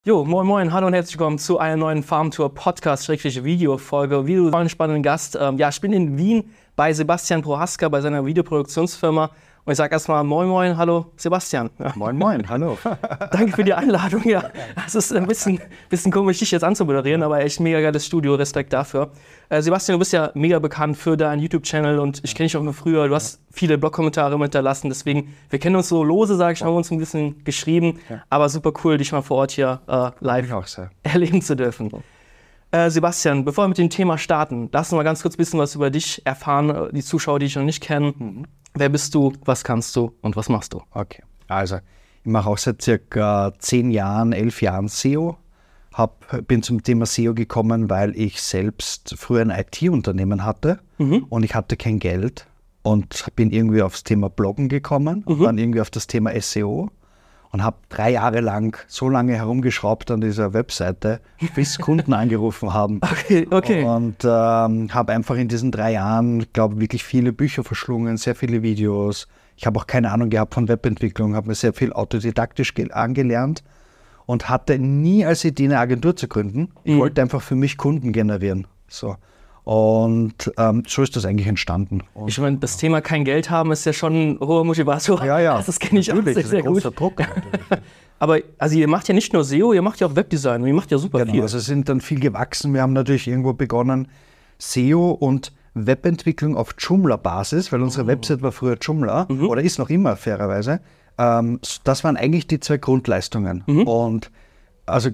Jo, moin moin, hallo und herzlich willkommen zu einer neuen Farmtour Podcast-Video-Folge. Wie du einen spannenden Gast. Ich bin in Wien bei Sebastian Prohaska bei seiner Videoproduktionsfirma. Und ich sage erstmal moin moin, hallo Sebastian. Moin moin, hallo. Danke für die Einladung, ja. Es ist ein bisschen komisch, dich jetzt anzumoderieren, aber echt mega geiles Studio, Respekt dafür. Sebastian, du bist ja mega bekannt für deinen YouTube-Channel und ich kenne dich auch von früher. Du hast viele Blog-Kommentare hinterlassen, deswegen, wir kennen uns so lose, sage ich, haben uns ein bisschen geschrieben. Ja. Aber super cool, dich mal vor Ort hier live erleben zu dürfen. Sebastian, bevor wir mit dem Thema starten, lass uns mal ganz kurz ein bisschen was über dich erfahren, die Zuschauer, die dich noch nicht kennen. Wer bist du, was kannst du und was machst du? Okay, also ich mache auch seit circa 10 Jahren, 11 Jahren SEO. Bin zum Thema SEO gekommen, weil ich selbst früher ein IT-Unternehmen hatte und ich hatte kein Geld und bin irgendwie aufs Thema Bloggen gekommen und dann irgendwie auf das Thema SEO und habe 3 Jahre lang so lange herumgeschraubt an dieser Webseite, bis Kunden angerufen haben. Okay. Und habe einfach in diesen 3 Jahren, glaube ich, wirklich viele Bücher verschlungen, sehr viele Videos. Ich habe auch keine Ahnung gehabt von Webentwicklung, habe mir sehr viel autodidaktisch angelernt und hatte nie als Idee, eine Agentur zu gründen. Ich wollte einfach für mich Kunden generieren. So. Und so ist das eigentlich entstanden. Und, ich meine, das Thema kein Geld haben ist ja schon ein hoher Motivator. Ja. Das kenne ich auch sehr gut. Druck. Aber also ihr macht ja nicht nur SEO, ihr macht ja auch Webdesign und ihr macht ja super viel. Also sind dann viel gewachsen. Wir haben natürlich irgendwo begonnen, SEO und Webentwicklung auf Joomla-Basis, weil unsere Website war früher Joomla oder ist noch immer fairerweise. Das waren eigentlich die 2 Grundleistungen. Und also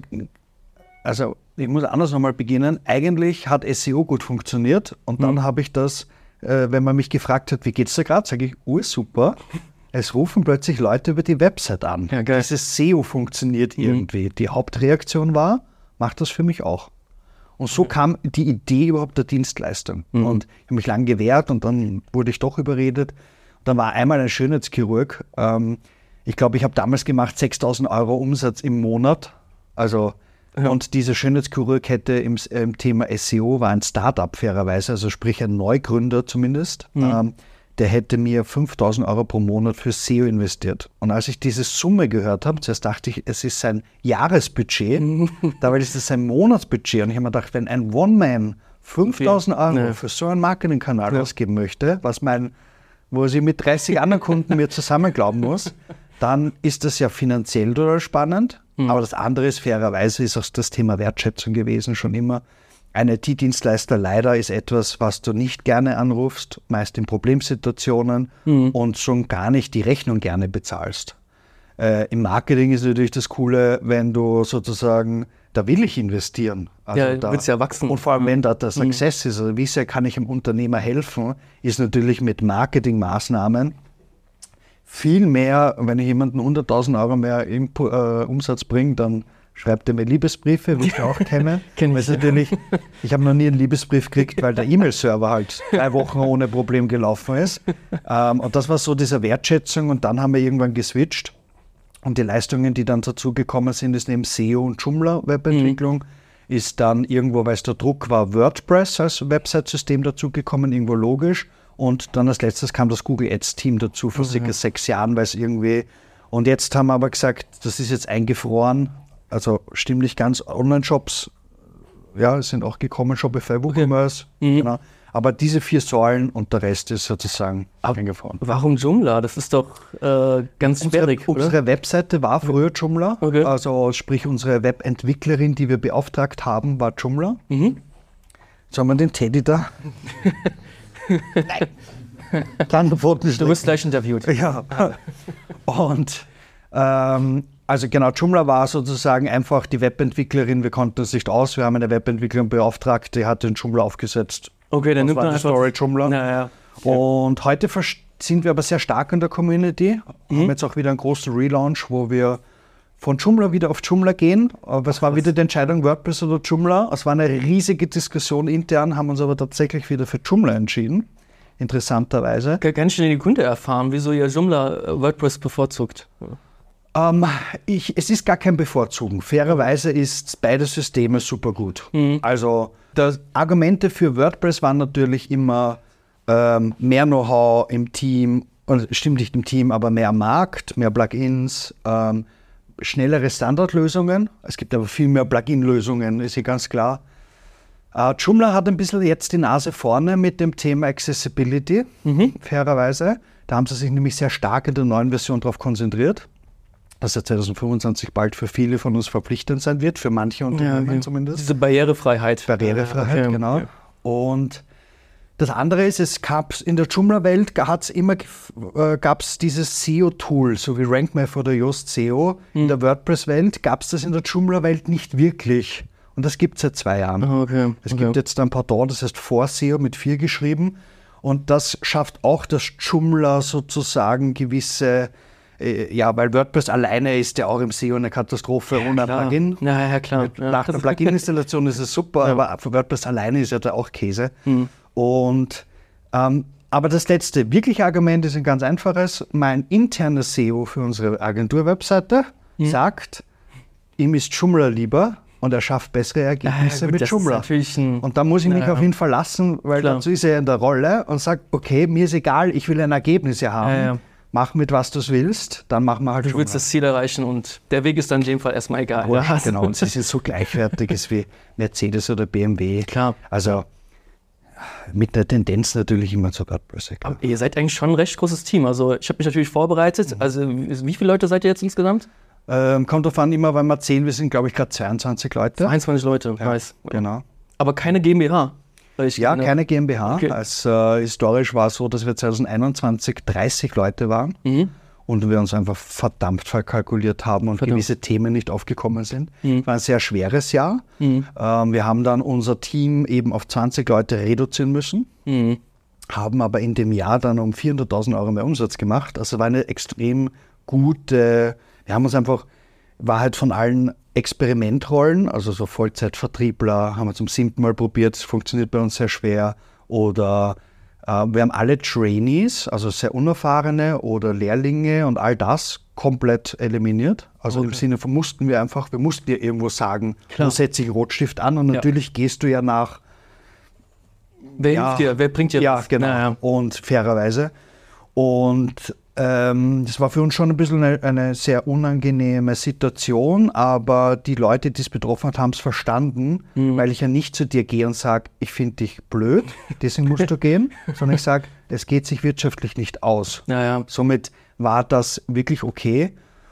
ich muss anders nochmal beginnen. Eigentlich hat SEO gut funktioniert und dann habe ich das, wenn man mich gefragt hat, wie geht's da gerade, sage ich, super. Es rufen plötzlich Leute über die Website an. Ja, geil. Dieses SEO funktioniert irgendwie. Die Hauptreaktion war, macht das für mich auch. Und so kam die Idee überhaupt der Dienstleistung. Und ich habe mich lange gewehrt und dann wurde ich doch überredet. Und dann war einmal ein Schönheitschirurg. Ich glaube, ich habe damals gemacht 6.000 € Umsatz im Monat. Also und dieser Schönheitschirurg hätte im Thema SEO, war ein Startup fairerweise, also sprich ein Neugründer zumindest, der hätte mir 5.000 € pro Monat für SEO investiert. Und als ich diese Summe gehört habe, zuerst dachte ich, es ist sein Jahresbudget, dabei ist es sein Monatsbudget. Und ich habe mir gedacht, wenn ein One-Man 5.000 € für so einen Marketingkanal ausgeben möchte, wo ich mit 30 anderen Kunden mir zusammen glauben muss, dann ist das ja finanziell total spannend. Aber das andere ist, fairerweise ist auch das Thema Wertschätzung gewesen, schon immer. Ein IT-Dienstleister leider ist etwas, was du nicht gerne anrufst, meist in Problemsituationen und schon gar nicht die Rechnung gerne bezahlst. Im Marketing ist natürlich das Coole, wenn du sozusagen, da will ich investieren. Also da wird es ja wachsen. Und vor allem, wenn da der Success ist, also wie sehr kann ich dem Unternehmer helfen, ist natürlich mit Marketingmaßnahmen viel mehr, wenn ich jemanden 100.000 € mehr Umsatz bringe, dann schreibt er mir Liebesbriefe, wie ich auch kenne. Ich habe noch nie einen Liebesbrief gekriegt, weil der E-Mail-Server halt 3 Wochen ohne Problem gelaufen ist. Und das war so diese Wertschätzung und dann haben wir irgendwann geswitcht. Und die Leistungen, die dann dazugekommen sind, ist neben SEO und Joomla Webentwicklung, ist dann irgendwo, weil es der Druck war, WordPress als Website-System dazugekommen, irgendwo logisch. Und dann als letztes kam das Google Ads-Team dazu vor circa 6 Jahren, weil es irgendwie... Und jetzt haben wir aber gesagt, das ist jetzt eingefroren, also stimmt nicht ganz, Online-Shops, ja, es sind auch gekommen, Shopify, WooCommerce, genau. Aber diese 4 Säulen und der Rest ist sozusagen eingefroren. Warum Joomla? Das ist doch ganz sperrig, oder? Unsere Webseite war früher Joomla, also sprich unsere Webentwicklerin, die wir beauftragt haben, war Joomla. Jetzt haben wir den Teddy da. Nein. Du wirst gleich interviewt. Ja. Und also genau, Joomla war sozusagen einfach die Webentwicklerin, wir konnten es nicht aus, wir haben eine Webentwicklerin beauftragt, die hat den Joomla aufgesetzt. Okay, dann nimmt man einfach Story Joomla. Ja. Und heute sind wir aber sehr stark in der Community. Wir haben jetzt auch wieder einen großen Relaunch, wo wir von Joomla wieder auf Joomla gehen. Aber es war wieder die Entscheidung, WordPress oder Joomla. Es war eine riesige Diskussion intern, haben uns aber tatsächlich wieder für Joomla entschieden. Interessanterweise. Ganz schnell die Kunde erfahren, wieso ihr Joomla WordPress bevorzugt. Es ist gar kein Bevorzugen. Fairerweise ist beide Systeme super gut. Also die Argumente für WordPress waren natürlich immer mehr Know-how im Team, stimmt nicht im Team, aber mehr am Markt, mehr Plugins, schnellere Standardlösungen. Es gibt aber viel mehr Plugin-Lösungen, ist ja ganz klar. Joomla hat ein bisschen jetzt die Nase vorne mit dem Thema Accessibility, fairerweise. Da haben sie sich nämlich sehr stark in der neuen Version darauf konzentriert, dass ja 2025 bald für viele von uns verpflichtend sein wird, für manche Unternehmen zumindest. Diese Barrierefreiheit. Barrierefreiheit, genau. Ja. Und das andere ist, es gab in der Joomla-Welt gab's dieses SEO-Tool, so wie RankMath oder Yoast SEO. In der WordPress-Welt gab es das in der Joomla-Welt nicht wirklich. Und das gibt es seit 2 Jahren. Okay. Es gibt jetzt ein Pardon, das heißt For-SEO mit 4 geschrieben. Und das schafft auch, dass Joomla sozusagen gewisse, weil WordPress alleine ist ja auch im SEO eine Katastrophe ohne ein Plugin. Ja, klar. Nach der Plugin-Installation ist es super, aber für WordPress alleine ist ja da auch Käse. Und aber das letzte wirkliche Argument ist ein ganz einfaches. Mein interner SEO für unsere Agentur-Webseite sagt, ihm ist Joomla lieber und er schafft bessere Ergebnisse mit Joomla. Und da muss ich mich auf ihn verlassen, weil dazu ist er in der Rolle und sagt, okay, mir ist egal, ich will ein Ergebnis haben. Mach mit, was du willst, dann machen wir halt Joomla. Du willst das Ziel erreichen und der Weg ist dann in dem Fall erstmal egal. Ja, genau, und sie sind so gleichwertig wie Mercedes oder BMW. Klar. Also mit der Tendenz natürlich immer zu WordPress. Aber ihr seid eigentlich schon ein recht großes Team. Also ich habe mich natürlich vorbereitet. Also wie viele Leute seid ihr jetzt insgesamt? Kommt drauf an, immer wenn wir zählen, wir sind glaube ich gerade 22 Leute. 21 Leute, ja, weiß. Genau. Aber keine GmbH? Keine GmbH. Okay. Historisch war es so, dass wir 2021 30 Leute waren und wir uns einfach verdammt verkalkuliert haben und gewisse Themen nicht aufgekommen sind. War ein sehr schweres Jahr. Wir haben dann unser Team eben auf 20 Leute reduzieren müssen, haben aber in dem Jahr dann um 400.000 Euro mehr Umsatz gemacht. Also war eine extrem gute, wir haben uns einfach, war halt von allen Experimentrollen, also so Vollzeitvertriebler, haben wir zum 7. Mal probiert, funktioniert bei uns sehr schwer. Oder wir haben alle Trainees, also sehr unerfahrene oder Lehrlinge und all das komplett eliminiert. Also im Sinne von wir mussten ja irgendwo sagen, wo setze ich Rotstift an und natürlich gehst du ja nach. Wer hilft dir, wer bringt dir das? was? Ja, genau. Und fairerweise. Und das war für uns schon ein bisschen eine sehr unangenehme Situation, aber die Leute, die es betroffen hat, haben es verstanden, weil ich ja nicht zu dir gehe und sage, ich finde dich blöd, deswegen musst du gehen, sondern ich sage, es geht sich wirtschaftlich nicht aus. Somit war das wirklich okay.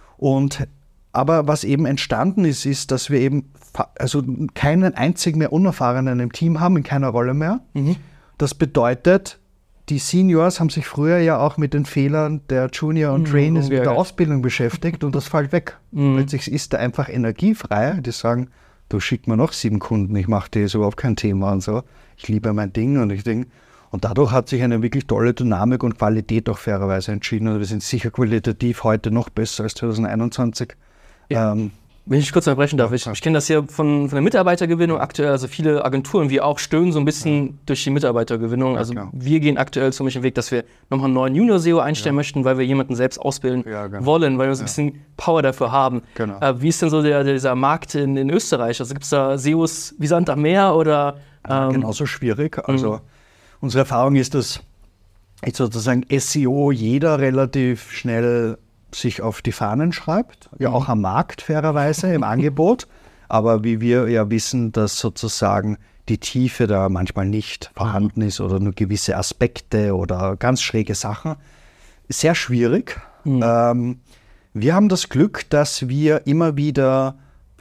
Aber was eben entstanden ist, dass wir eben keinen einzigen mehr Unerfahrenen im Team haben, in keiner Rolle mehr. Das bedeutet, die Seniors haben sich früher ja auch mit den Fehlern der Junior und Trainees mit der Ausbildung beschäftigt und das fällt weg. Plötzlich ist da einfach Energie frei. Die sagen, du schick mir noch 7 Kunden, ich mache dir ist überhaupt kein Thema und so. Ich liebe mein Ding und ich denke, und dadurch hat sich eine wirklich tolle Dynamik und Qualität auch fairerweise entschieden. Und wir sind sicher qualitativ heute noch besser als 2021. Ja. Wenn ich kurz unterbrechen darf, ich kenne das ja von der Mitarbeitergewinnung aktuell, also viele Agenturen wie auch stöhnen so ein bisschen durch die Mitarbeitergewinnung. Also wir gehen aktuell zum Beispiel den Weg, dass wir nochmal einen neuen Junior-SEO einstellen möchten, weil wir jemanden selbst ausbilden wollen, weil wir so ein bisschen Power dafür haben. Wie ist denn so dieser Markt in Österreich? Also gibt es da SEOs wie Sand am Meer oder? Genauso schwierig. Also unsere Erfahrung ist, dass sozusagen SEO jeder relativ schnell sich auf die Fahnen schreibt, ja auch am Markt fairerweise, im Angebot, aber wie wir ja wissen, dass sozusagen die Tiefe da manchmal nicht vorhanden ist oder nur gewisse Aspekte oder ganz schräge Sachen. Sehr schwierig. Wir haben das Glück, dass wir immer wieder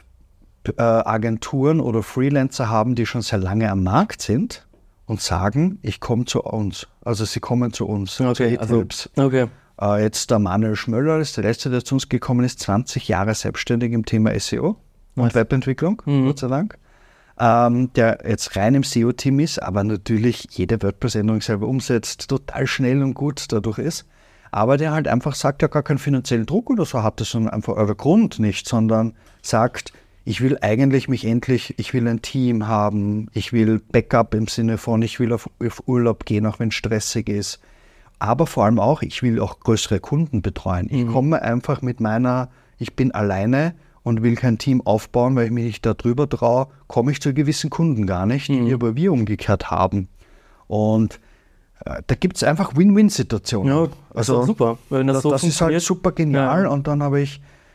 Agenturen oder Freelancer haben, die schon sehr lange am Markt sind und sagen, ich komme zu uns. Also sie kommen zu uns. Jetzt der Manuel Schmöller ist der Letzte, der zu uns gekommen ist, 20 Jahre selbstständig im Thema SEO und Webentwicklung, Gott sei Dank, der jetzt rein im SEO-Team ist, aber natürlich jede WordPress-Änderung selber umsetzt, total schnell und gut dadurch ist, aber der halt einfach sagt, ja gar keinen finanziellen Druck oder so hat das schon einfach euer Grund nicht, sondern sagt, ich will eigentlich ich will ein Team haben, ich will Backup im Sinne von, ich will auf Urlaub gehen, auch wenn es stressig ist. Aber vor allem auch, ich will auch größere Kunden betreuen. Ich komme einfach ich bin alleine und will kein Team aufbauen, weil ich mich nicht darüber traue, komme ich zu gewissen Kunden gar nicht, die aber wir umgekehrt haben. Und da gibt es einfach Win-Win-Situationen. Ja, also super. Wenn das ist halt super genial. Und dann habe ich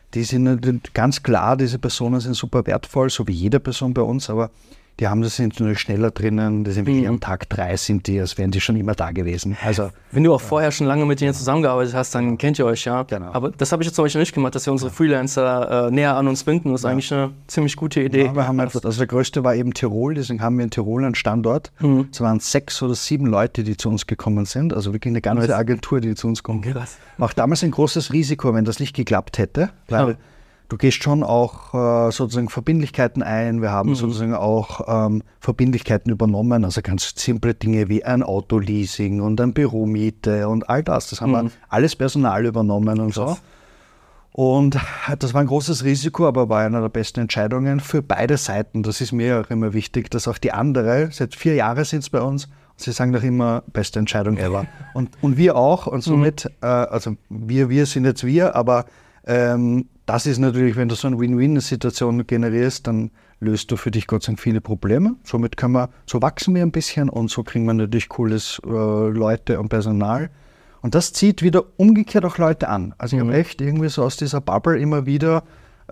die sind ganz klar, diese Personen sind super wertvoll, so wie jede Person bei uns, aber die sind natürlich schneller drinnen, die sind wirklich am Tag 3 sind die, als wären die schon immer da gewesen. Also, wenn du auch vorher schon lange mit denen zusammengearbeitet hast, dann kennt ihr euch, ja. Genau. Aber das habe ich jetzt zum Beispiel nicht gemacht, dass wir unsere Freelancer näher an uns binden. Das ist eigentlich eine ziemlich gute Idee. Ja, wir haben also der größte war eben Tirol, deswegen haben wir in Tirol einen Standort. Es waren 6 oder 7 Leute, die zu uns gekommen sind, also wirklich eine ganze Agentur, die zu uns kommt. Krass. Auch damals ein großes Risiko, wenn das nicht geklappt hätte, weil du gehst schon auch sozusagen Verbindlichkeiten ein. Wir haben sozusagen auch Verbindlichkeiten übernommen, also ganz simple Dinge wie ein Autoleasing und ein Büromiete und all das. Das haben wir alles Personal übernommen und so. Und das war ein großes Risiko, aber war eine der besten Entscheidungen für beide Seiten. Das ist mir auch immer wichtig, dass auch die andere, seit 4 Jahren sind es bei uns, und sie sagen doch immer, beste Entscheidung ever. Und wir auch. Und somit, also wir sind jetzt wir, aber das ist natürlich, wenn du so eine Win-Win-Situation generierst, dann löst du für dich Gott sei Dank viele Probleme. Somit so wachsen wir ein bisschen und so kriegen wir natürlich cooles Leute und Personal. Und das zieht wieder umgekehrt auch Leute an. Also ich habe echt irgendwie so aus dieser Bubble immer wieder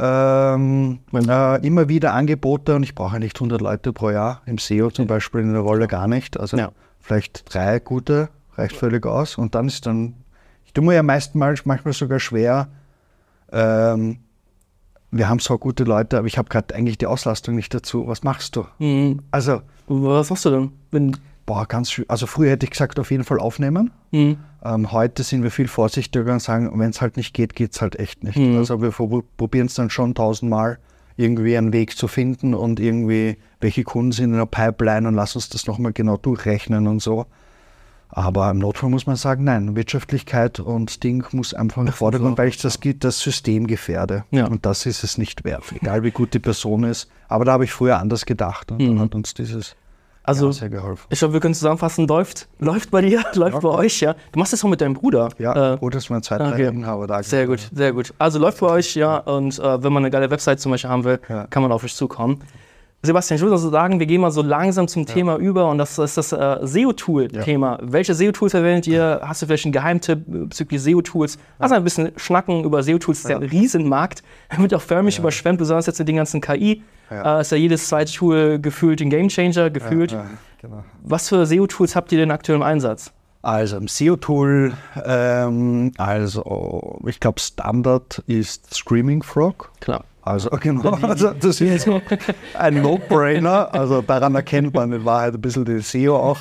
Angebote und ich brauche nicht 100 Leute pro Jahr. Im SEO zum Beispiel in der Rolle gar nicht. Also vielleicht 3 gute reicht völlig aus. Und dann ich tue mir ja manchmal sogar schwer, wir haben so gute Leute, aber ich habe gerade eigentlich die Auslastung nicht dazu. Was machst du? Also, was machst du denn? Ganz schön. Also früher hätte ich gesagt, auf jeden Fall aufnehmen. Heute sind wir viel vorsichtiger und sagen, wenn es halt nicht geht, geht es halt echt nicht. Also wir probieren es dann schon 1000-mal, irgendwie einen Weg zu finden und irgendwie, welche Kunden sind in der Pipeline und lass uns das nochmal genau durchrechnen und so. Aber im Notfall muss man sagen, nein, Wirtschaftlichkeit und Ding muss einfach im Vordergrund, weil ich das System gefährde. Ja. Und das ist es nicht wert, egal wie gut die Person ist. Aber da habe ich früher anders gedacht und dann hat uns dieses sehr geholfen. Ich glaube, wir können zusammenfassen, läuft bei dir, läuft bei euch, ja. Du machst das auch mit deinem Bruder. Ja, Bruder ist mein zweiter Inhaber. Sehr gut, sehr gut. Also läuft bei euch, ja, und wenn man eine geile Website zum Beispiel haben will, kann man auf euch zukommen. Sebastian, ich würde also sagen, wir gehen mal so langsam zum Thema über und das ist das SEO-Tool-Thema. Welche SEO-Tools verwendet ihr? Hast du vielleicht einen Geheimtipp bezüglich SEO-Tools? Also ein bisschen schnacken über SEO-Tools, das ist ja ein Riesenmarkt, wird auch förmlich überschwemmt, besonders jetzt mit den ganzen KI. Ist ja jedes zweite Tool gefühlt ein Gamechanger, gefühlt. Genau. Was für SEO-Tools habt ihr denn aktuell im Einsatz? Also im SEO-Tool, ich glaube Standard ist Screaming Frog. Klar. Also genau, das ist ein No-Brainer, also daran erkennt man in Wahrheit ein bisschen die SEO auch.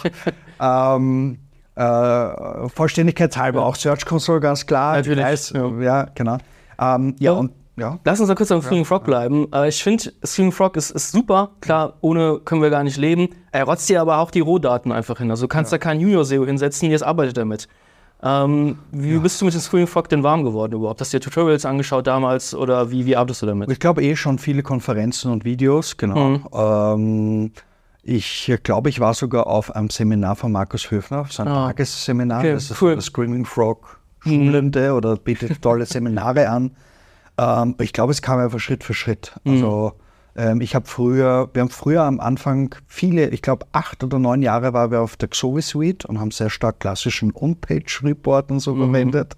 Vollständigkeitshalber auch Search Console, ganz klar. Natürlich. Ja, genau. Lass uns da kurz am Screaming Frog bleiben. Ich finde, Screaming Frog ist super. Klar, ohne können wir gar nicht leben. Er rotzt dir aber auch die Rohdaten einfach hin. Also du kannst da keinen Junior-SEO hinsetzen, jetzt arbeitet damit. Wie bist du mit dem Screaming Frog denn warm geworden überhaupt? Hast du dir Tutorials angeschaut damals oder wie arbeitest du damit? Ich glaube schon viele Konferenzen und Videos, genau. Ich glaube, ich war sogar auf einem Seminar von Markus Höfner, so ein Tagesseminar. Okay, das ist das Screaming Frog Schulende oder bietet tolle Seminare an. Ich glaube, es kam einfach Schritt für Schritt. Also wir haben früher am Anfang ich glaube 8 oder 9 Jahre waren wir auf der Xovi Suite und haben sehr stark klassischen On-Page-Report und so verwendet.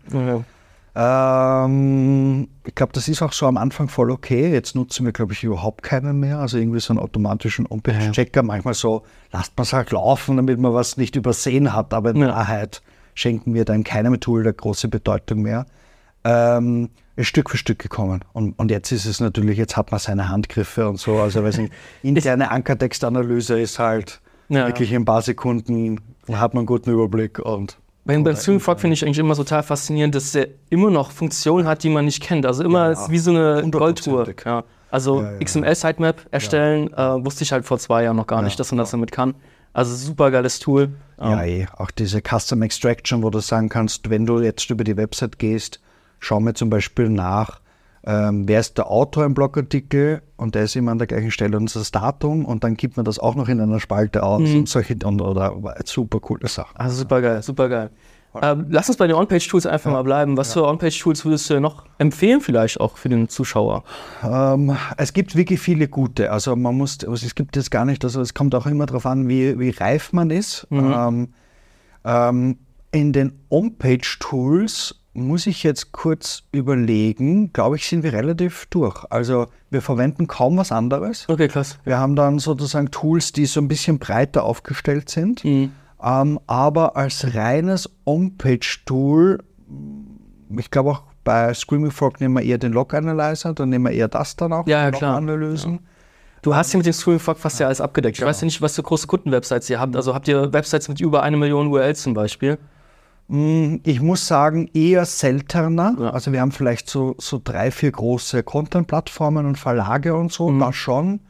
Ich glaube, das ist auch so am Anfang voll okay. Jetzt nutzen wir, glaube ich, überhaupt keinen mehr. Also irgendwie so einen automatischen On-Page-Checker. Manchmal so, lasst man es halt laufen, damit man was nicht übersehen hat. Aber in Wahrheit schenken wir dann keinem Tool der große Bedeutung mehr. Ist Stück für Stück gekommen. Und jetzt ist es natürlich, jetzt hat man seine Handgriffe und so. Also weil interne Ankertextanalyse ist halt wirklich in ein paar Sekunden, hat man einen guten Überblick. Beim Screaming Frog finde ich eigentlich immer total faszinierend, dass er immer noch Funktionen hat, die man nicht kennt. Also immer ist wie so eine Goldtour. Ja. Also XML-Sitemap erstellen, wusste ich halt vor 2 Jahren noch gar nicht, dass man das damit kann. Also super geiles Tool. Auch diese Custom Extraction, wo du sagen kannst, wenn du jetzt über die Website gehst, schau mir zum Beispiel nach, wer ist der Autor im Blogartikel und der ist immer an der gleichen Stelle und das Datum und dann gibt man das auch noch in einer Spalte aus und solche oder super coole Sachen. Also super geil, super geil. Lass uns bei den On-Page-Tools einfach mal bleiben. Was für On-Page-Tools würdest du noch empfehlen, vielleicht auch für den Zuschauer? Es gibt wirklich viele gute. Also es gibt jetzt gar nicht, also es kommt auch immer darauf an, wie reif man ist. In den On-Page-Tools muss ich jetzt kurz überlegen, glaube ich, sind wir relativ durch. Also wir verwenden kaum was anderes. Okay, krass. Wir haben dann sozusagen Tools, die so ein bisschen breiter aufgestellt sind. Aber als reines On-Page-Tool, ich glaube auch bei Screaming Frog nehmen wir eher den Log Analyzer, dann nehmen wir eher das dann auch, Log-Analysen. Ja. Du hast ja mit dem Screaming Frog fast ja alles abgedeckt. Ich weiß ja nicht, was für große Kundenwebsites ihr habt. Also habt ihr Websites mit über 1 Million URLs zum Beispiel? Ich muss sagen, eher seltener. Ja. Also wir haben vielleicht so 3, 4 große Content-Plattformen und Verlage und so, das schon.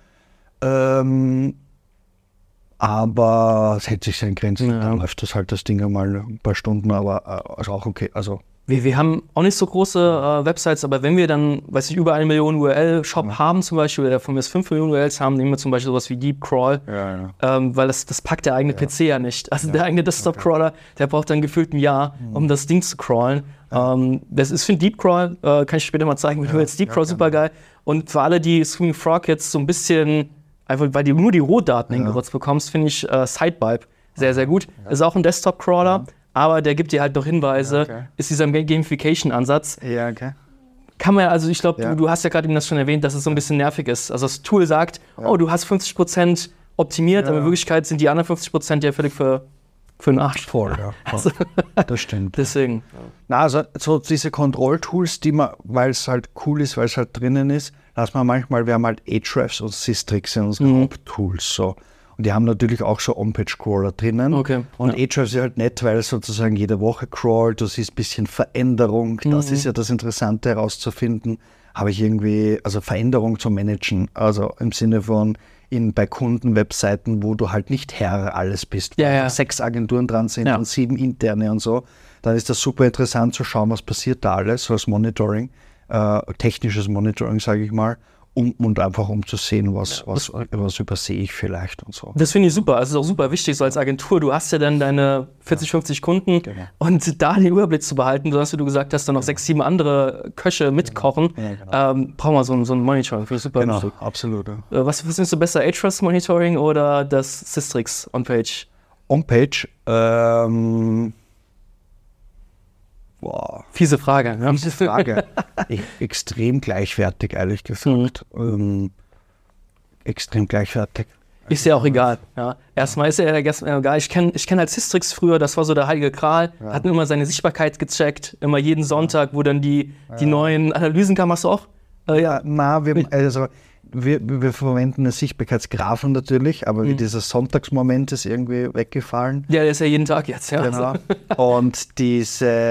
Aber es hält sich seine Grenzen. Ja. Dann läuft das halt das Ding einmal ein paar Stunden, aber also auch okay. Also wir haben auch nicht so große Websites, aber wenn wir dann, weiß ich, über 1 Million URL-Shop haben zum Beispiel, oder von mir 5 Millionen URLs haben, nehmen wir zum Beispiel sowas wie DeepCrawl, weil das packt der eigene PC ja nicht. Also der eigene Desktop-Crawler, der braucht dann gefühlt ein Jahr, um das Ding zu crawlen. Das ist für DeepCrawl, kann ich später mal zeigen, wenn du jetzt DeepCrawl super geil. Und für alle, die Screaming Frog jetzt so ein bisschen, einfach weil du nur die Rohdaten hingerotzt bekommst, finde ich Sidebulb sehr, sehr gut. Ist auch ein Desktop-Crawler. Aber der gibt dir halt noch Hinweise, ist dieser Gamification-Ansatz. Ja, okay. Kann man, also ich glaube, du hast ja gerade eben das schon erwähnt, dass es so ein bisschen nervig ist. Also das Tool sagt, oh, du hast 50% optimiert, aber in Wirklichkeit sind die anderen 50% ja völlig für einen Arsch. Voll, ja. Also, das stimmt. Deswegen. Na, also so diese Control-Tools, die man, weil es halt cool ist, weil es halt drinnen ist, lassen wir manchmal, wir haben halt Ahrefs und Systrix in unseren Haupttools, so. Und die haben natürlich auch so On-Page-Crawler drinnen. Okay. Und Ahrefs ist halt nett, weil es sozusagen jede Woche crawlt, du siehst ein bisschen Veränderung. Das ist ja das Interessante herauszufinden. Habe ich irgendwie, also Veränderung zu managen. Also im Sinne von bei Kundenwebseiten, wo du halt nicht Herr alles bist, wo 6 Agenturen dran sind und 7 interne und so. Dann ist das super interessant zu schauen, was passiert da alles, so als Monitoring, technisches Monitoring, sage ich mal. Und einfach um zu sehen, was übersehe ich vielleicht und so. Das finde ich super. Also ist auch super wichtig, so als Agentur. Du hast ja dann deine 40, 50 Kunden und da den Überblick zu behalten, so hast du gesagt hast, dann noch 6, 7 andere Köche mitkochen, brauchen wir so ein Monitoring. Finde ich super wichtig. Absolut. Ja. Was findest du besser, Ahrefs Monitoring oder das Systrix On-Page? On-Page, Fiese Frage. Ja. Fiese Frage. Extrem gleichwertig, ehrlich gesagt. Extrem gleichwertig. Ist ja auch egal. Ja. Erstmal ist ja egal. Ich kenn halt Systrix früher, das war so der heilige Gral. Hatten immer seine Sichtbarkeit gecheckt. Immer jeden Sonntag, wo dann die neuen Analysen kamen. Hast du auch? Wir verwenden eine Sichtbarkeitsgraphen natürlich, aber dieser Sonntagsmoment ist irgendwie weggefallen. Ja, der ist ja jeden Tag jetzt. Ja. Genau. Und wir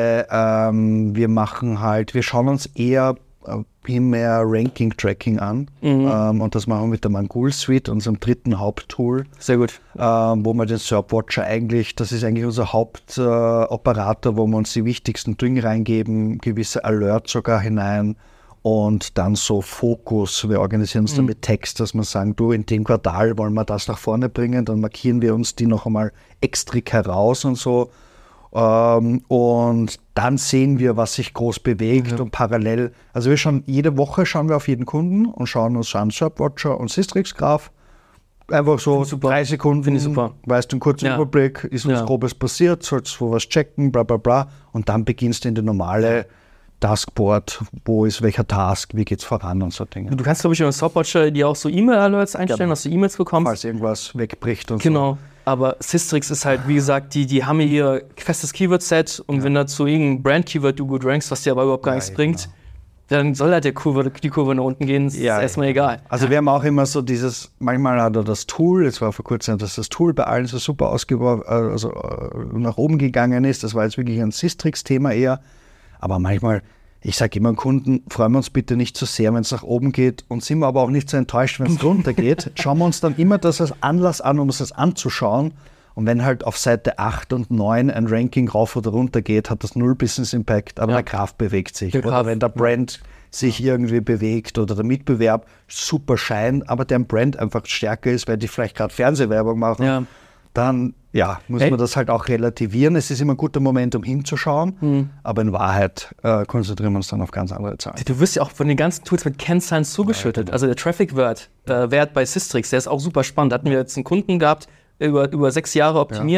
schauen uns eher primär Ranking-Tracking an. Und das machen wir mit der Mangool Suite, unserem dritten Haupttool. Sehr gut. Wo wir den SERP-Watcher das ist eigentlich unser Hauptoperator, wo wir uns die wichtigsten Dinge reingeben, gewisse Alerts sogar hinein. Und dann so Fokus, wir organisieren uns dann mit Text, dass wir sagen, du, in dem Quartal wollen wir das nach vorne bringen, dann markieren wir uns die noch einmal extra heraus und so. Und dann sehen wir, was sich groß bewegt und parallel, also jede Woche schauen wir auf jeden Kunden und schauen uns an SERP-Watcher und Systrix-Graph. Einfach so 3 Sekunden, finde ich super. Weißt du, einen kurzen Überblick, ist was Grobes passiert, sollst du was checken, bla bla bla. Und dann beginnst du in die normale Taskboard, wo ist welcher Task, wie geht's voran und so Dinge. Du kannst, glaube ich, in SERP-Watcher dir auch so E-Mail-Alerts einstellen, dass du E-Mails bekommst. Falls irgendwas wegbricht und so. Genau, aber Systrix ist halt, wie gesagt, die haben hier festes Keyword-Set und wenn da zu irgendeinem Brand-Keyword du gut rankst, was dir aber überhaupt gar nichts bringt, dann soll halt die Kurve nach unten gehen, ist erstmal egal. Also wir haben auch immer so manchmal hat er das Tool, es war vor kurzem, dass das Tool bei allen so super nach oben gegangen ist, das war jetzt wirklich ein Systrix-Thema eher. Aber manchmal, ich sage immer Kunden, freuen wir uns bitte nicht so sehr, wenn es nach oben geht und sind wir aber auch nicht so enttäuscht, wenn es runter geht. Schauen wir uns dann immer das als Anlass an, um uns das anzuschauen. Und wenn halt auf Seite 8 und 9 ein Ranking rauf oder runter geht, hat das null Business Impact, aber der Graph bewegt sich. Oder wenn der Brand sich irgendwie bewegt oder der Mitbewerb super scheint, aber der Brand einfach stärker ist, weil die vielleicht gerade Fernsehwerbung machen, dann muss man das halt auch relativieren. Es ist immer ein guter Moment, um hinzuschauen, aber in Wahrheit konzentrieren wir uns dann auf ganz andere Zahlen. Du wirst ja auch von den ganzen Tools mit Kennzahlen zugeschüttet. Genau. Also der Traffic-Wert Wert bei Systrix, der ist auch super spannend. Da hatten wir jetzt einen Kunden gehabt, über 6 Jahre optimiert.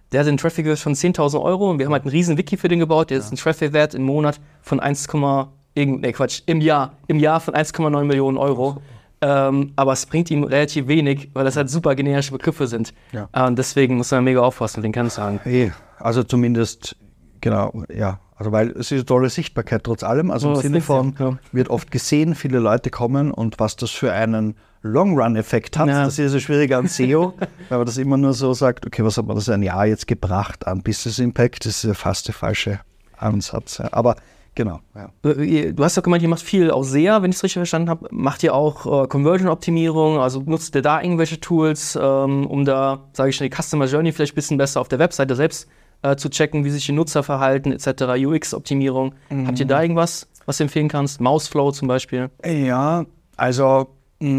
der hat den Traffic von 10.000 € und wir haben halt einen riesen Wiki für den gebaut, der ist ein Traffic-Wert im Monat von im Jahr von 1,9 Millionen Euro. Aber es bringt ihm relativ wenig, weil das halt super generische Begriffe sind. Ja. Und deswegen muss man mega aufpassen mit den Kennzahlen. Also zumindest, genau, ja. Also weil es ist eine tolle Sichtbarkeit trotz allem. Also im Sinne von, wird oft gesehen, viele Leute kommen und was das für einen Long-Run-Effekt hat, das ist so schwierig an SEO, weil man das immer nur so sagt, okay, was hat man das ein Jahr jetzt gebracht an Business Impact? Das ist ja fast der falsche Ansatz. Ja. Aber genau. Ja. Du hast ja gemeint, ihr macht viel auch SEA, wenn ich es richtig verstanden habe. Macht ihr auch Conversion-Optimierung? Also nutzt ihr da irgendwelche Tools, um da, sage ich schon, die Customer Journey vielleicht ein bisschen besser auf der Webseite selbst zu checken, wie sich die Nutzer verhalten, etc., UX-Optimierung. Habt ihr da irgendwas, was du empfehlen kannst? Mouseflow zum Beispiel? Ja, also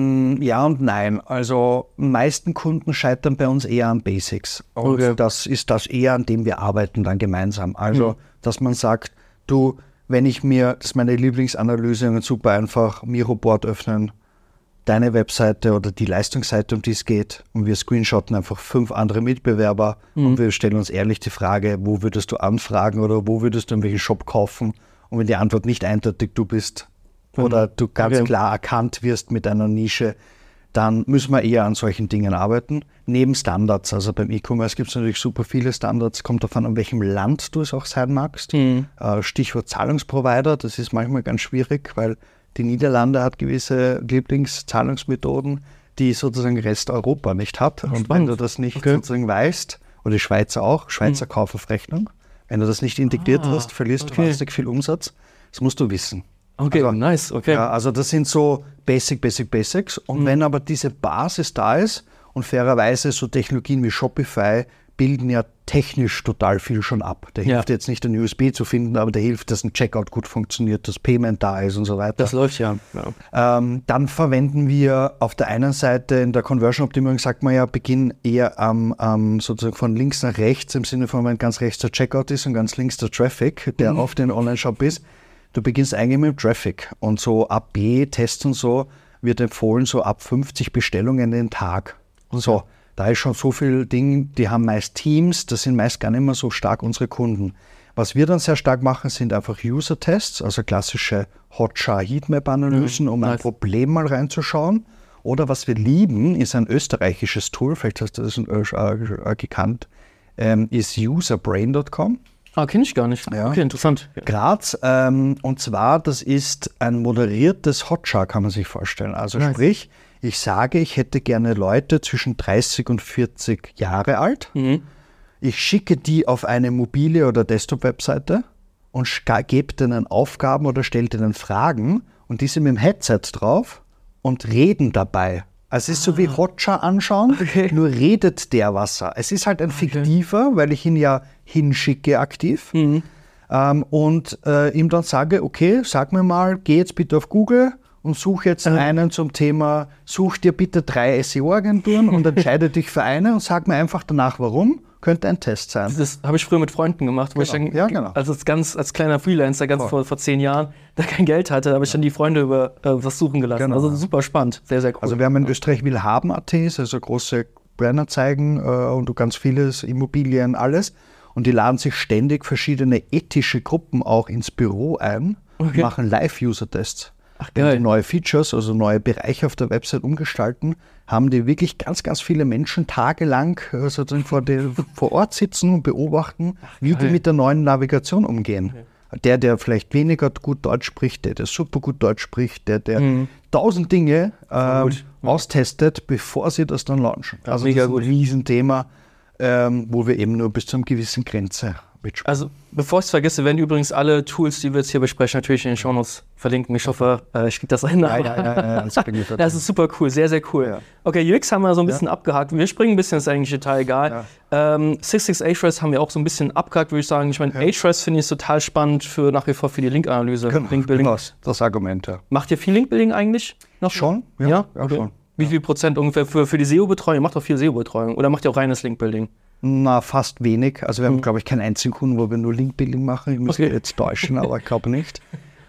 ja und nein. Also meisten Kunden scheitern bei uns eher an Basics. Und das ist das eher, an dem wir arbeiten dann gemeinsam. Also, dass man sagt, du, wenn ich mir, das ist meine Lieblingsanalyse, super einfach, Miroboard öffnen, deine Webseite oder die Leistungsseite, um die es geht, und wir screenshotten einfach 5 andere Mitbewerber und wir stellen uns ehrlich die Frage, wo würdest du anfragen oder wo würdest du in welchen Shop kaufen? Und wenn die Antwort nicht eindeutig du bist oder du ganz klar erkannt wirst mit einer Nische, dann müssen wir eher an solchen Dingen arbeiten. Neben Standards, also beim E-Commerce gibt es natürlich super viele Standards, kommt davon an welchem Land du es auch sein magst. Stichwort Zahlungsprovider, das ist manchmal ganz schwierig, weil die Niederlande hat gewisse Lieblingszahlungsmethoden, die sozusagen Rest Europa nicht hat. Und wenn du das nicht sozusagen weißt, oder die Schweizer auch, Schweizer Kauf auf Rechnung, wenn du das nicht integriert hast, verlierst du wahnsinnig viel Umsatz. Das musst du wissen. Okay, also, nice, okay. Ja, also das sind so Basics. Und wenn aber diese Basis da ist und fairerweise so Technologien wie Shopify bilden ja technisch total viel schon ab. Der hilft jetzt nicht, einen USB zu finden, aber der hilft, dass ein Checkout gut funktioniert, dass Payment da ist und so weiter. Das läuft ja. Dann verwenden wir auf der einen Seite in der Conversion-Optimierung, sagt man ja, beginn eher sozusagen von links nach rechts, im Sinne von, wenn ganz rechts der Checkout ist und ganz links der Traffic, der auf den Online-Shop ist. Du beginnst eigentlich mit dem Traffic und so AB-Tests und so wird empfohlen, so ab 50 Bestellungen den Tag. So, da ist schon so viel Ding, die haben meist Teams, das sind meist gar nicht mehr so stark unsere Kunden. Was wir dann sehr stark machen, sind einfach User-Tests, also klassische Hotjar-Heatmap-Analysen, um ein Problem mal reinzuschauen. Oder was wir lieben, ist ein österreichisches Tool, vielleicht hast du das gekannt, ist userbrain.com. Kenne ich gar nicht. Ja. Okay, interessant. Graz, und zwar, das ist ein moderiertes Hotjar, kann man sich vorstellen. Also sprich, ich sage, ich hätte gerne Leute zwischen 30 und 40 Jahre alt. Ich schicke die auf eine mobile oder Desktop-Webseite und gebe denen Aufgaben oder stelle denen Fragen und die sind mit dem Headset drauf und reden dabei. Also es ist so wie Hotjar anschauen, nur redet der Wasser. Es ist halt ein fiktiver, weil ich ihn ja hinschicke aktiv und ihm dann sage, okay, sag mir mal, geh jetzt bitte auf Google und such jetzt einen zum Thema, such dir bitte 3 SEO-Agenturen und entscheide dich für eine und sag mir einfach danach, warum. Könnte ein Test sein. Das habe ich früher mit Freunden gemacht, wo ich dann, als kleiner Freelancer, vor 10 Jahren, da kein Geld hatte, habe ich dann die Freunde über was suchen gelassen. Also super spannend, sehr, sehr cool. Also wir haben in Österreich Willhaben.at, also große Brandanzeigen und du ganz vieles, Immobilien, alles. Und die laden sich ständig verschiedene ethische Gruppen auch ins Büro ein und machen Live-User-Tests. Wenn die neue Features, also neue Bereiche auf der Website umgestalten, haben die wirklich ganz, ganz viele Menschen tagelang sozusagen vor Ort sitzen und beobachten, wie die mit der neuen Navigation umgehen. Der vielleicht weniger gut Deutsch spricht, der super gut Deutsch spricht, der 1000 Dinge austestet, bevor sie das dann launchen. Also das ist ein Riesenthema, wo wir eben nur bis zu einer gewissen Grenze mitspielen. Also bevor ich es vergesse, werden übrigens alle Tools, die wir jetzt hier besprechen, natürlich in den Shownotes verlinken. Ich hoffe, ich kriege das hin. Das ist super cool, sehr, sehr cool. Ja. Okay, UX haben wir so ein bisschen abgehakt. Wir springen ein bisschen, ist eigentlich total egal. 66 Ahrefs haben wir auch so ein bisschen abgehakt, würde ich sagen. Ich meine, Ahrefs finde ich total spannend nach wie vor für die Link-Analyse. Genau, das Argument, ja. Macht ihr viel Link-Building eigentlich? Noch? Schon, ja okay. Schon. Wie viel Prozent ungefähr für die SEO-Betreuung? Ihr macht doch viel SEO-Betreuung oder macht ihr auch reines Link-Building? Na, fast wenig. Also wir haben, glaube ich, keinen einzigen Kunden, wo wir nur Link-Building machen. Ich müsste jetzt täuschen, aber ich glaube nicht.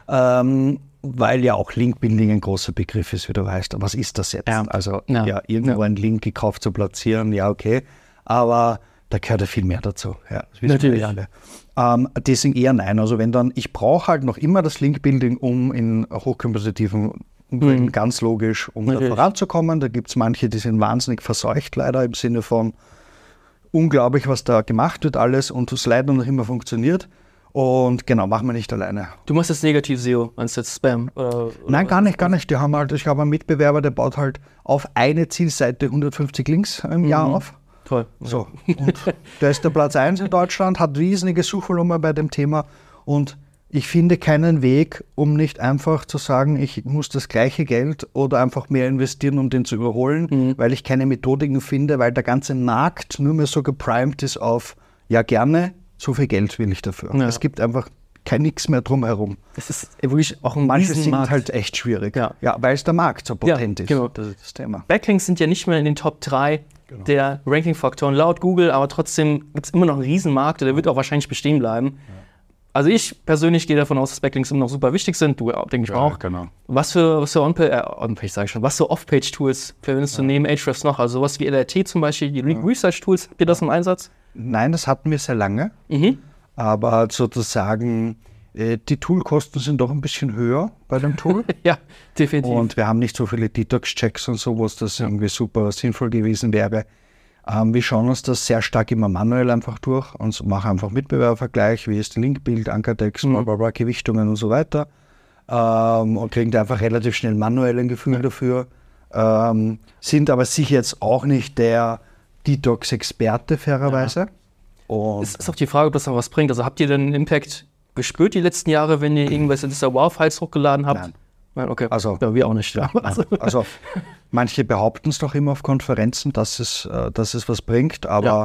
Weil ja auch Link-Building ein großer Begriff ist, wie du weißt. Aber was ist das jetzt? Also irgendwo einen Link gekauft zu platzieren, ja okay. Aber Da gehört ja viel mehr dazu. Ja, das wissen Natürlich. wir alle. Deswegen eher nein. Also wenn dann, ich brauche halt noch immer das Link-Building, um in hochkompetitiven Umfelden ganz logisch, um da voranzukommen. Da gibt es manche, die sind wahnsinnig verseucht leider im Sinne von unglaublich, was da gemacht wird alles und das leider noch immer funktioniert. Und genau, machen wir nicht alleine. Du machst jetzt Negativ-SEO, meinst du jetzt Spam? Oder Nein, gar nicht. Die haben halt, ich habe einen Mitbewerber, der baut halt auf eine Zielseite 150 Links im Jahr auf. Toll. So. Und der ist der Platz 1 in Deutschland, hat riesige Suchvolumen bei dem Thema und ich finde keinen Weg, um nicht einfach zu sagen, ich muss das gleiche Geld oder einfach mehr investieren, um den zu überholen, weil ich keine Methodiken finde, weil der ganze Markt nur mehr so geprimed ist auf, ja gerne, so viel Geld will ich dafür. Ja. Es gibt einfach nichts mehr drumherum. Es ist wirklich auch ein Manche sind Riesenmarkt. halt echt schwierig, Ja. weil es der Markt so potent ist. Genau. Das ist das Thema. Backlinks sind ja nicht mehr in den Top 3 der Ranking-Faktoren laut Google, aber trotzdem gibt es immer noch einen Riesenmarkt, der wird auch wahrscheinlich bestehen bleiben. Also ich persönlich gehe davon aus, dass Backlinks immer noch super wichtig sind. Du, denke ich auch. Genau. Was für On-Page, sage ich schon, was für Off-Page-Tools verwendest du neben Ahrefs noch? Also sowas wie LRT zum Beispiel, die Research-Tools, habt ihr das im Einsatz? Nein, das hatten wir sehr lange. Aber sozusagen, die Toolkosten sind doch ein bisschen höher bei dem Tool. Ja, definitiv. Und wir haben nicht so viele Detox-Checks und so, was das irgendwie super sinnvoll gewesen wäre. Wir schauen uns das sehr stark immer manuell einfach durch und machen einfach Mitbewerbervergleich, wie ist Linkbild, Ankertext, Gewichtungen und so weiter. Und kriegen da einfach relativ schnell manuell ein Gefühl dafür. Sind aber sicher jetzt auch nicht der Detox-Experte, fairerweise. Und Es ist auch die Frage, ob das noch was bringt. Also habt ihr denn einen Impact gespürt die letzten Jahre, wenn ihr irgendwelche dieser WoW-Files hochgeladen habt? Nein, okay. Also, ja, wir auch nicht. Ja. Also manche behaupten es doch immer auf Konferenzen, dass es was bringt, aber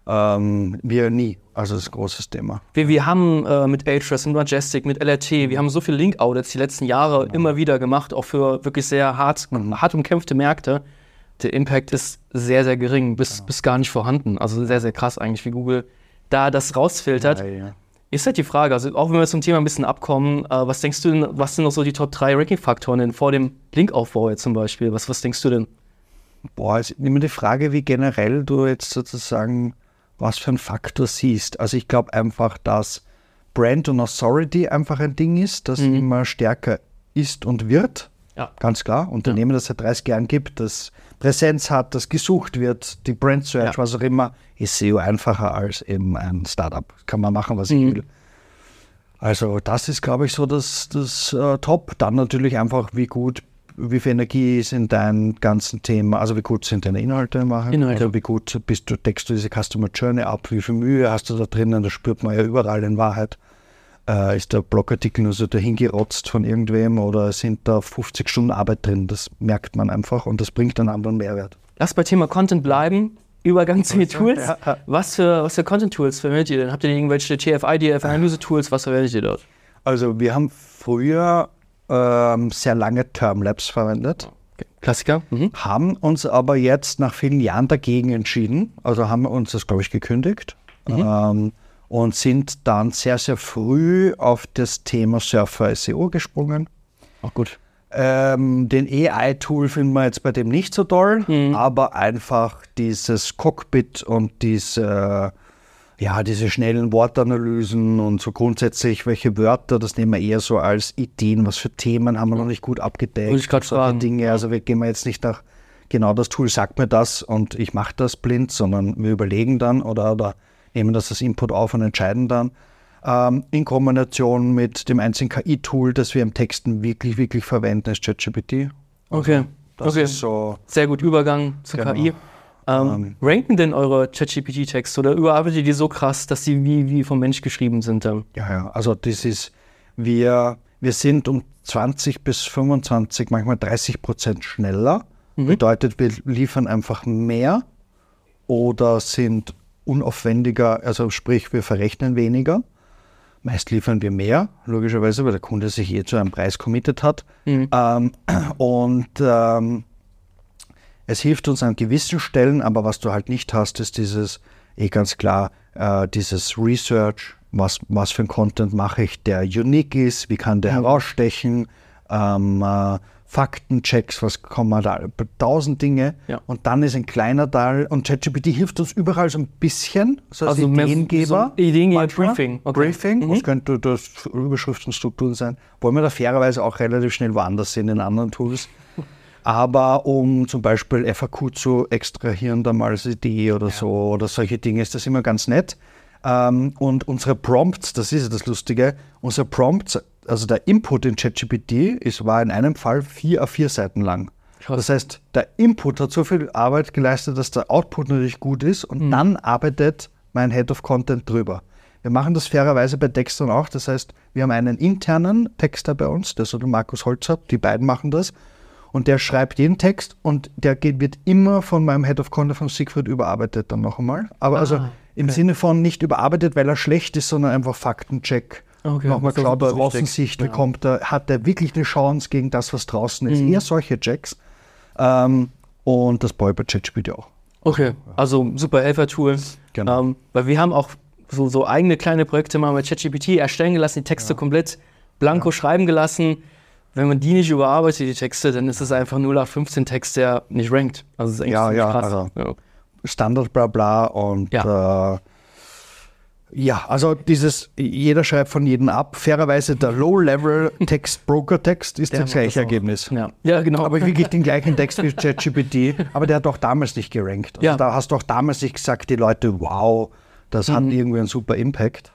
wir nie. Also das ist ein großes Thema. Wir haben mit Ahrefs, mit Majestic, mit LRT, wir haben so viele Link-Audits die letzten Jahre immer wieder gemacht, auch für wirklich sehr hart umkämpfte Märkte. Der Impact ist sehr, sehr gering, bis gar nicht vorhanden. Also sehr, sehr krass eigentlich, wie Google da das rausfiltert. Ja. Ist halt die Frage, also auch wenn wir zum Thema ein bisschen abkommen, was denkst du denn, was sind noch so die Top 3 Ranking-Faktoren denn vor dem Linkaufbau jetzt zum Beispiel? Was denkst du denn? Es ist immer die Frage, wie generell du jetzt sozusagen, was für einen Faktor siehst. Also ich glaube einfach, dass Brand und Authority einfach ein Ding ist, das immer stärker ist und wird. Ja. Ganz klar. Unternehmen, das seit 30 Jahren gibt, das Präsenz hat, das gesucht wird, die Brand Search, was auch immer, ist SEO einfacher als eben ein Startup. Kann man machen, was ich will. Also das ist, glaube ich, so das Top. Dann natürlich einfach, wie viel Energie ist in deinem ganzen Thema, also wie gut sind deine Inhalte machen, also wie gut deckst du diese Customer Journey ab, wie viel Mühe hast du da drinnen, das spürt man ja überall in Wahrheit. Ist der Blogartikel nur so dahingerotzt von irgendwem oder sind da 50 Stunden Arbeit drin? Das merkt man einfach und das bringt einen anderen Mehrwert. Lass bei Thema Content bleiben. Übergang zu den Tools. Ja. Was für Content-Tools verwendet ihr denn? Habt ihr irgendwelche TF-IDF-Analyse-Tools? Was verwendet ihr dort? Also wir haben früher sehr lange Termlabs verwendet. Okay. Klassiker. Haben uns aber jetzt nach vielen Jahren dagegen entschieden. Also haben wir uns das, glaube ich, gekündigt. Und sind dann sehr, sehr früh auf das Thema Surfer SEO gesprungen. Auch gut. Den AI-Tool finden wir jetzt bei dem nicht so toll, aber einfach dieses Cockpit und diese schnellen Wortanalysen und so grundsätzlich, welche Wörter, das nehmen wir eher so als Ideen, was für Themen haben wir noch nicht gut abgedeckt. Wollte ich gerade fragen. Dinge. Also wir gehen jetzt nicht nach, genau das Tool sagt mir das und ich mache das blind, sondern wir überlegen dann oder nehmen das als Input auf und entscheiden dann. In Kombination mit dem einzigen KI-Tool, das wir im Texten wirklich, wirklich verwenden, ist ChatGPT. Okay. Das ist so. Sehr gut, Übergang zur KI. Ranken denn eure ChatGPT-Texte oder überarbeitet ihr die so krass, dass sie wie vom Mensch geschrieben sind dann? Ja, also das ist, wir sind um 20 bis 25, manchmal 30% schneller. Bedeutet, wir liefern einfach mehr oder sind unaufwendiger, also sprich, wir verrechnen weniger. Meist liefern wir mehr, logischerweise, weil der Kunde sich zu einem Preis committed hat. Es hilft uns an gewissen Stellen, aber was du halt nicht hast, ist dieses, ganz klar, dieses Research, was für ein Content mache ich, der unique ist, wie kann der herausstechen, Faktenchecks, was kann man da, 1000 Dinge. Ja. Und dann ist ein kleiner Teil und ChatGPT hilft uns überall so ein bisschen, so als Ideengeber. So Ideengeber, Briefing. Okay. Briefing, was könnte das Überschriftenstrukturen sein, wollen wir da fairerweise auch relativ schnell woanders sehen in anderen Tools. Aber um zum Beispiel FAQ zu extrahieren, da mal als Idee oder so oder solche Dinge, ist das immer ganz nett. Und unsere Prompts, das ist ja das Lustige, unsere Prompts, also der Input in ChatGPT war in einem Fall 4 A4 Seiten lang. Krass. Das heißt, der Input hat so viel Arbeit geleistet, dass der Output natürlich gut ist und dann arbeitet mein Head of Content drüber. Wir machen das fairerweise bei Textern auch, das heißt, wir haben einen internen Texter bei uns, der ist der Markus Holzer, die beiden machen das. Und der schreibt jeden Text und der wird immer von meinem Head of Content, von Siegfried, überarbeitet dann noch einmal. Aber im Sinne von nicht überarbeitet, weil er schlecht ist, sondern einfach Faktencheck. Nochmal schaut, Außensicht bekommt er, hat er wirklich eine Chance gegen das, was draußen ist. Eher solche Checks. Und das brauche ich bei ChatGPT auch. Okay, also super Helfer-Tool. Genau. Weil wir haben auch so eigene kleine Projekte mal mit ChatGPT erstellen gelassen, die Texte komplett blanko schreiben gelassen. Wenn man die nicht überarbeitet, die Texte, dann ist es einfach 0815 Text, der nicht rankt. Also das ist eigentlich krass. Also Standard bla bla und also jeder schreibt von jedem ab. Fairerweise der Low-Level-Text, Broker-Text ist das gleiche Ergebnis. Ja, genau. Aber wirklich den gleichen Text wie ChatGPT, aber der hat auch damals nicht gerankt. Also da hast du auch damals nicht gesagt, die Leute, wow, das hat irgendwie einen super Impact.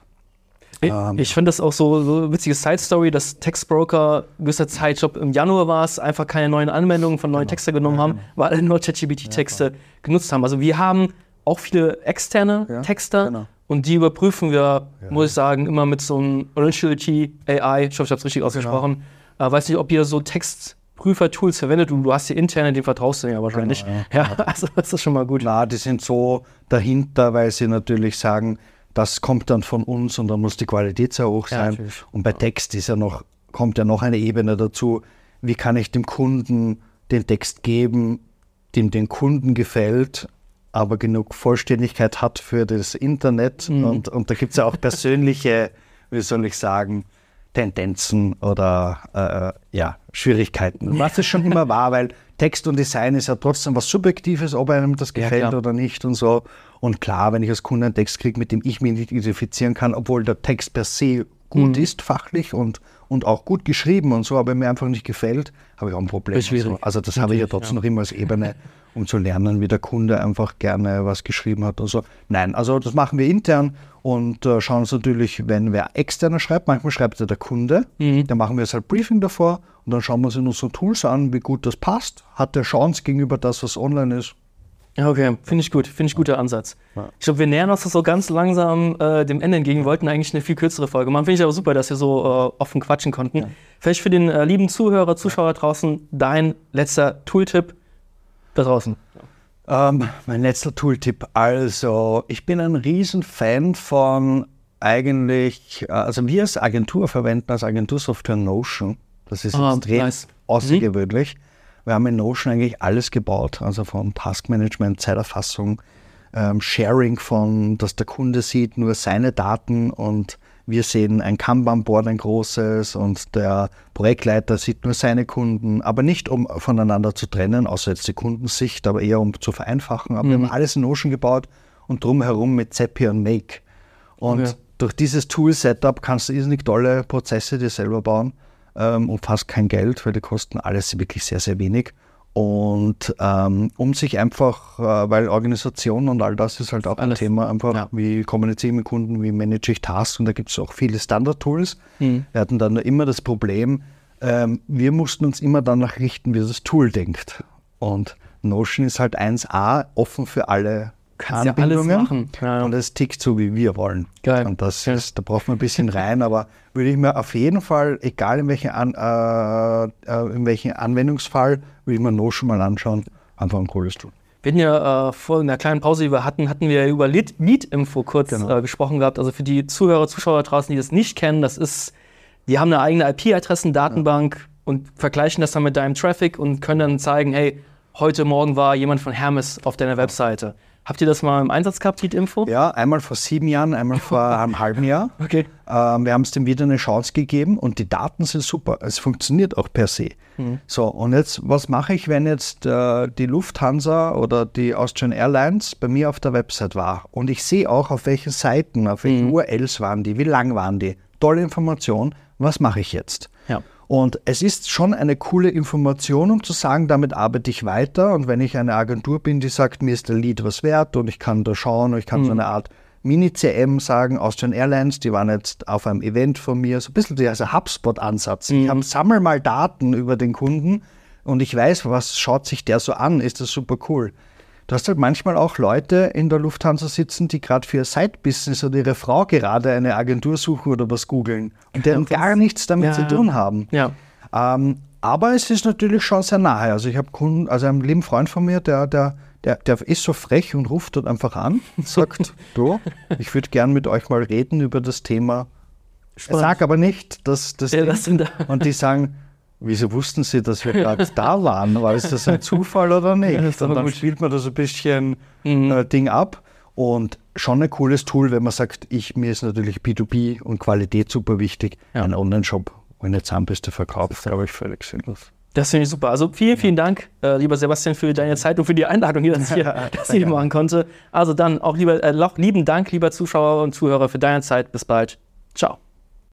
Ich finde das auch so eine witzige Side-Story, dass Textbroker gewisser Zeit, ich glaube im Januar war es, einfach keine neuen Anwendungen von neuen Texter genommen haben, weil alle nur ChatGPT-Texte genutzt haben. Also wir haben auch viele externe Texter und die überprüfen wir, muss ich sagen, immer mit so einem Originality AI, ich hoffe, ich habe es richtig ausgesprochen. Weiß nicht, ob ihr so Textprüfer-Tools verwendet, du hast hier interne, den vertraust du ja wahrscheinlich. Also das ist schon mal gut. Klar, die sind so dahinter, weil sie natürlich sagen, das kommt dann von uns und dann muss die Qualität sehr hoch sein. Und bei Text kommt ja noch eine Ebene dazu. Wie kann ich dem Kunden den Text geben, dem den Kunden gefällt, aber genug Vollständigkeit hat für das Internet. Und da gibt es ja auch persönliche, wie soll ich sagen, Tendenzen oder Schwierigkeiten. Was es schon immer war, weil Text und Design ist ja trotzdem was Subjektives, ob einem das gefällt oder nicht und so. Und klar, wenn ich als Kunde einen Text kriege, mit dem ich mich nicht identifizieren kann, obwohl der Text per se gut ist, fachlich und auch gut geschrieben und so, aber mir einfach nicht gefällt, habe ich auch ein Problem. So. Also das habe ich ja trotzdem noch immer als Ebene, um zu lernen, wie der Kunde einfach gerne was geschrieben hat und so. Nein, also das machen wir intern und schauen uns natürlich, wenn wer externer schreibt, manchmal schreibt ja der Kunde, dann machen wir jetzt halt Briefing davor und dann schauen wir uns in unseren Tools an, wie gut das passt, hat der Chance gegenüber das, was online ist. Ja, okay, finde ich gut, guter Ansatz. Ich glaube, wir nähern uns so ganz langsam dem Ende entgegen, wollten eigentlich eine viel kürzere Folge machen. Finde ich aber super, dass wir so offen quatschen konnten. Vielleicht für den lieben Zuhörer, Zuschauer draußen, dein letzter Tooltip da draußen. Mein letzter Tooltip, also ich bin ein Riesenfan von eigentlich, also wir als Agentur verwenden als Agentursoftware Notion. Das ist extrem außergewöhnlich. Wir haben in Notion eigentlich alles gebaut, also von Taskmanagement, Zeiterfassung, Sharing dass der Kunde sieht nur seine Daten und wir sehen ein Kanban-Board, ein großes und der Projektleiter sieht nur seine Kunden, aber nicht um voneinander zu trennen, außer jetzt die Kundensicht, aber eher um zu vereinfachen. Aber wir haben alles in Notion gebaut und drumherum mit Zapier und Make. Und durch dieses Tool-Setup kannst du irrsinnig tolle Prozesse dir selber bauen. Und fast kein Geld, weil die kosten alles wirklich sehr, sehr wenig. Und um sich einfach, weil Organisation und all das ist halt auch ein Thema, einfach wie kommuniziere ich mit Kunden, wie manage ich Tasks und da gibt es auch viele Standard-Tools. Wir hatten dann immer das Problem, wir mussten uns immer danach richten, wie das Tool denkt. Und Notion ist halt 1A, offen für alle Anbindungen alles machen. Und es tickt so, wie wir wollen. Geil. Und das ist, da braucht man ein bisschen rein, aber würde ich mir auf jeden Fall, egal in welchem Anwendungsfall, würde ich mir Notion mal anschauen, einfach ein cooles Tool. Wir hatten ja vor einer kleinen Pause, die wir hatten wir über Lead-Info kurz gesprochen gehabt. Also für die Zuhörer, Zuschauer draußen, die das nicht kennen, die haben eine eigene IP-Adressen-Datenbank und vergleichen das dann mit deinem Traffic und können dann zeigen, hey, heute Morgen war jemand von Hermes auf deiner Webseite. Habt ihr das mal im Einsatz gehabt, Lead-Info? Ja, einmal vor 7 Jahren, einmal vor einem halben Jahr. Okay. Wir haben es dem wieder eine Chance gegeben und die Daten sind super. Es funktioniert auch per se. So, und jetzt, was mache ich, wenn jetzt die Lufthansa oder die Austrian Airlines bei mir auf der Website war und ich sehe auch, auf welchen Seiten, auf welchen URLs waren die, wie lang waren die. Tolle Information. Was mache ich jetzt? Ja. Und es ist schon eine coole Information, um zu sagen, damit arbeite ich weiter. Und wenn ich eine Agentur bin, die sagt, mir ist der Lead was wert und ich kann da schauen und ich kann so eine Art Mini-CM sagen, Austrian Airlines, die waren jetzt auf einem Event von mir, so ein bisschen dieser HubSpot-Ansatz. Ich sammle mal Daten über den Kunden und ich weiß, was schaut sich der so an, ist das super cool. Du hast halt manchmal auch Leute in der Lufthansa sitzen, die gerade für ihr Side-Business oder ihre Frau gerade eine Agentur suchen oder was googeln und deren gar nichts damit zu tun haben. Ja. Aber es ist natürlich schon sehr nahe. Also ich habe Kunden, also einen lieben Freund von mir, der ist so frech und ruft dort einfach an und sagt, du, ich würde gern mit euch mal reden über das Thema. Sag aber nicht, dass das und die sagen, wieso wussten Sie, dass wir gerade da waren? War das ein Zufall oder nicht? Und dann spielt man das ein bisschen Ding ab. Und schon ein cooles Tool, wenn man sagt, mir ist natürlich B2B und Qualität super wichtig. Ja. Ein Online-Shop, wo eine Zahnbürste verkauft, ist, glaube ich, völlig sinnlos. Das finde ich super. Also vielen Dank, lieber Sebastian, für deine Zeit und für die Einladung, dass ich machen konnte. Also dann auch lieben Dank, lieber Zuschauer und Zuhörer, für deine Zeit. Bis bald. Ciao.